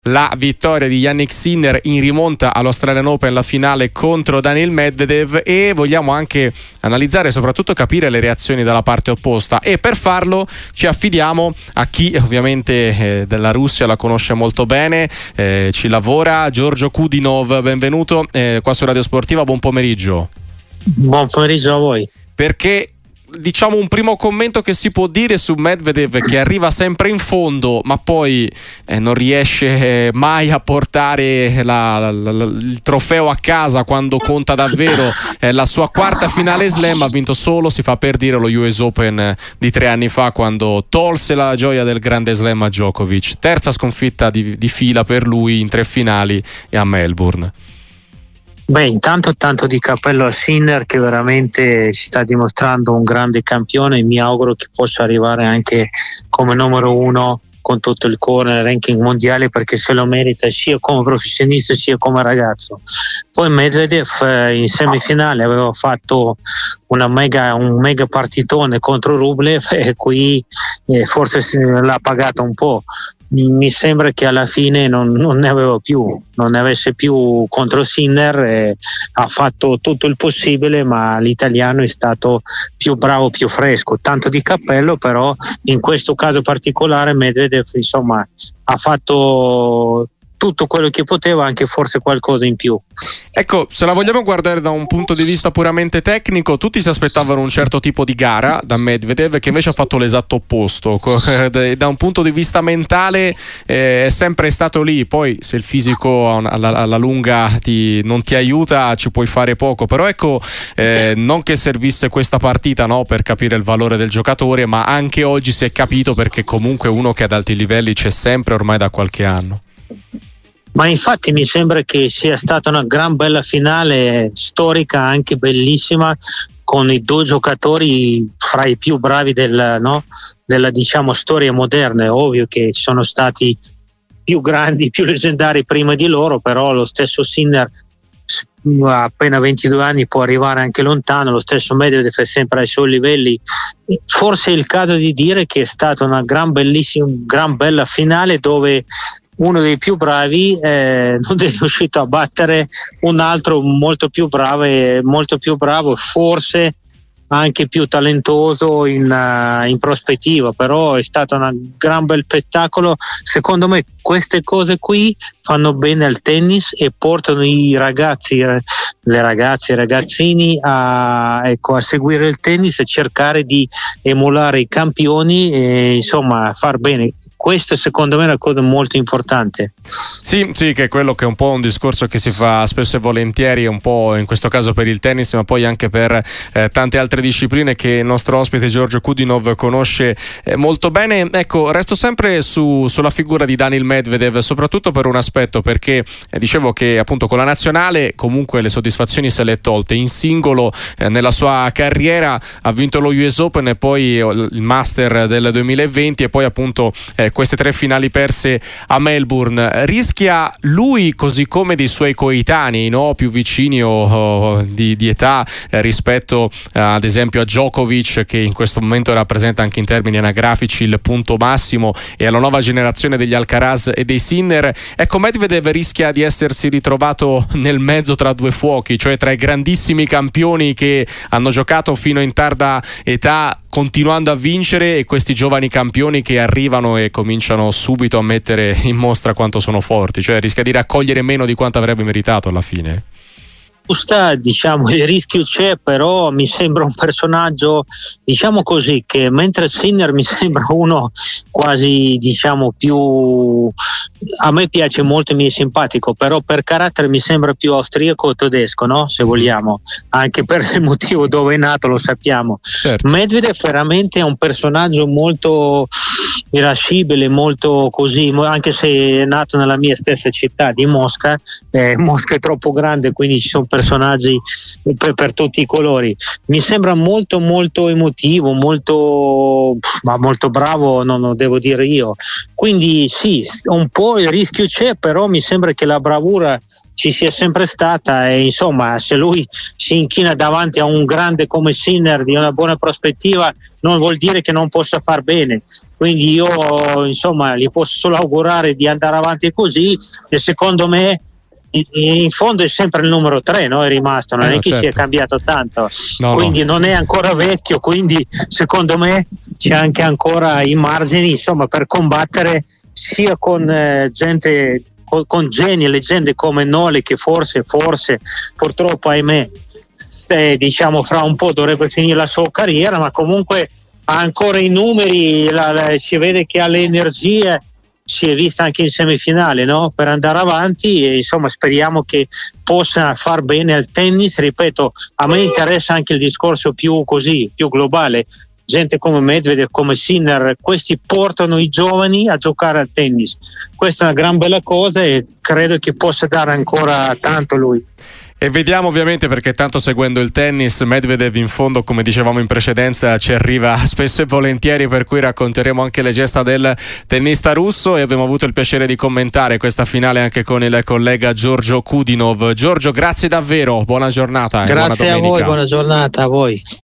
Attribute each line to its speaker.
Speaker 1: la vittoria di Jannik Sinner in rimonta all'Australian Open, la finale contro Daniil Medvedev, e vogliamo anche analizzare e soprattutto capire le reazioni dalla parte opposta, e per farlo ci affidiamo a chi ovviamente della Russia la conosce molto bene, ci lavora, Giorgio Kudinov. Benvenuto qua su Radio Sportiva, buon pomeriggio.
Speaker 2: Buon pomeriggio a voi.
Speaker 1: Perché diciamo un primo commento che si può dire su Medvedev, che arriva sempre in fondo ma poi non riesce mai a portare il trofeo a casa quando conta davvero. La sua quarta finale slam, ha vinto solo, si fa per dire, lo US Open di 3 anni fa, quando tolse la gioia del grande slam a Djokovic. Terza sconfitta di fila per lui in 3 finali e a Melbourne.
Speaker 2: Beh, intanto tanto di cappello a Sinner, che veramente si sta dimostrando un grande campione, e mi auguro che possa arrivare anche come numero 1 con tutto il cuore nel ranking mondiale, perché se lo merita sia come professionista sia come ragazzo. Poi Medvedev in semifinale aveva fatto un mega partitone contro Rublev, e qui forse l'ha pagato un po'. Mi sembra che alla fine non ne avesse più contro Sinner, ha fatto tutto il possibile, ma l'italiano è stato più bravo, più fresco. Tanto di cappello, però in questo caso particolare Medvedev insomma ha fatto tutto quello che poteva, anche forse qualcosa in più.
Speaker 1: Ecco, se la vogliamo guardare da un punto di vista puramente tecnico, tutti si aspettavano un certo tipo di gara da Medvedev, che invece ha fatto l'esatto opposto. Da un punto di vista mentale è sempre stato lì. Poi se il fisico alla lunga non ti aiuta, ci puoi fare poco. Però ecco, non che servisse questa partita, no, per capire il valore del giocatore, ma anche oggi si è capito, perché comunque uno che ad alti livelli c'è sempre ormai da qualche anno.
Speaker 2: Ma infatti mi sembra che sia stata una gran bella finale, storica, anche bellissima, con i 2 giocatori fra i più bravi della diciamo storia moderna. È ovvio che ci sono stati più grandi, più leggendari prima di loro, però lo stesso Sinner a appena 22 anni può arrivare anche lontano, lo stesso Medvedev è sempre ai suoi livelli. Forse è il caso di dire che è stata una gran bella finale, dove uno dei più bravi non è riuscito a battere un altro molto più bravo, forse anche più talentuoso in prospettiva. Però è stato un gran bel spettacolo. Secondo me queste cose qui fanno bene al tennis e portano i ragazzini a seguire il tennis e cercare di emulare i campioni e insomma far bene. Questo secondo me è una cosa molto importante.
Speaker 1: Sì, che è quello che è un po' un discorso che si fa spesso e volentieri, un po' in questo caso per il tennis, ma poi anche per tante altre discipline che il nostro ospite Giorgio Kudinov conosce molto bene. Ecco, resto sempre sulla figura di Daniil Medvedev, soprattutto per un aspetto, perché dicevo che appunto con la nazionale comunque le soddisfazioni se le è tolte. In singolo nella sua carriera ha vinto lo US Open e poi il Master del 2020 e poi appunto queste 3 finali perse a Melbourne. Rischia lui, così come dei suoi coetanei, no? Più vicini o di età rispetto ad esempio a Djokovic, che in questo momento rappresenta anche in termini anagrafici il punto massimo, e alla nuova generazione degli Alcaraz e dei Sinner. Ecco, Medvedev rischia di essersi ritrovato nel mezzo tra 2 fuochi, cioè tra i grandissimi campioni che hanno giocato fino in tarda età continuando a vincere, e questi giovani campioni che arrivano e cominciano subito a mettere in mostra quanto sono forti. Cioè rischia di raccogliere meno di quanto avrebbe meritato alla fine.
Speaker 2: Diciamo il rischio c'è, però mi sembra un personaggio, diciamo così, che mentre Sinner mi sembra uno quasi diciamo più, a me piace molto, mi è simpatico, però per carattere mi sembra più austriaco o tedesco, no? Se vogliamo, anche per il motivo dove è nato lo sappiamo.
Speaker 1: Certo.
Speaker 2: Medvedev veramente è un personaggio molto irascibile, molto così, anche se è nato nella mia stessa città di Mosca. Mosca è troppo grande, quindi ci sono personaggi per tutti i colori. Mi sembra molto molto emotivo, molto bravo, non lo devo dire io. Quindi sì, un po' il rischio c'è, però mi sembra che la bravura ci sia sempre stata, e insomma se lui si inchina davanti a un grande come Sinner di una buona prospettiva non vuol dire che non possa far bene, quindi io insomma gli posso solo augurare di andare avanti così, e secondo me in fondo è sempre il numero 3, no? È rimasto, non è che
Speaker 1: certo.
Speaker 2: sia cambiato tanto,
Speaker 1: no.
Speaker 2: quindi non è ancora vecchio, quindi secondo me c'è anche ancora i margini, insomma, per combattere sia con gente, con geni e leggende come Nole, che forse purtroppo, ahimè, diciamo fra un po' dovrebbe finire la sua carriera, ma comunque ha ancora i numeri, si vede che ha le energie, si è vista anche in semifinale, no? Per andare avanti, e insomma speriamo che possa far bene al tennis. Ripeto, a me interessa anche il discorso più globale, gente come Medvedev, come Sinner, questi portano i giovani a giocare al tennis, questa è una gran bella cosa e credo che possa dare ancora tanto lui.
Speaker 1: E vediamo ovviamente, perché tanto seguendo il tennis Medvedev in fondo, come dicevamo in precedenza, ci arriva spesso e volentieri, per cui racconteremo anche le gesta del tennista russo, e abbiamo avuto il piacere di commentare questa finale anche con il collega Giorgio Kudinov. Giorgio, grazie davvero, buona giornata.
Speaker 2: Grazie
Speaker 1: e buona domenica.
Speaker 2: a voi, buona giornata a voi.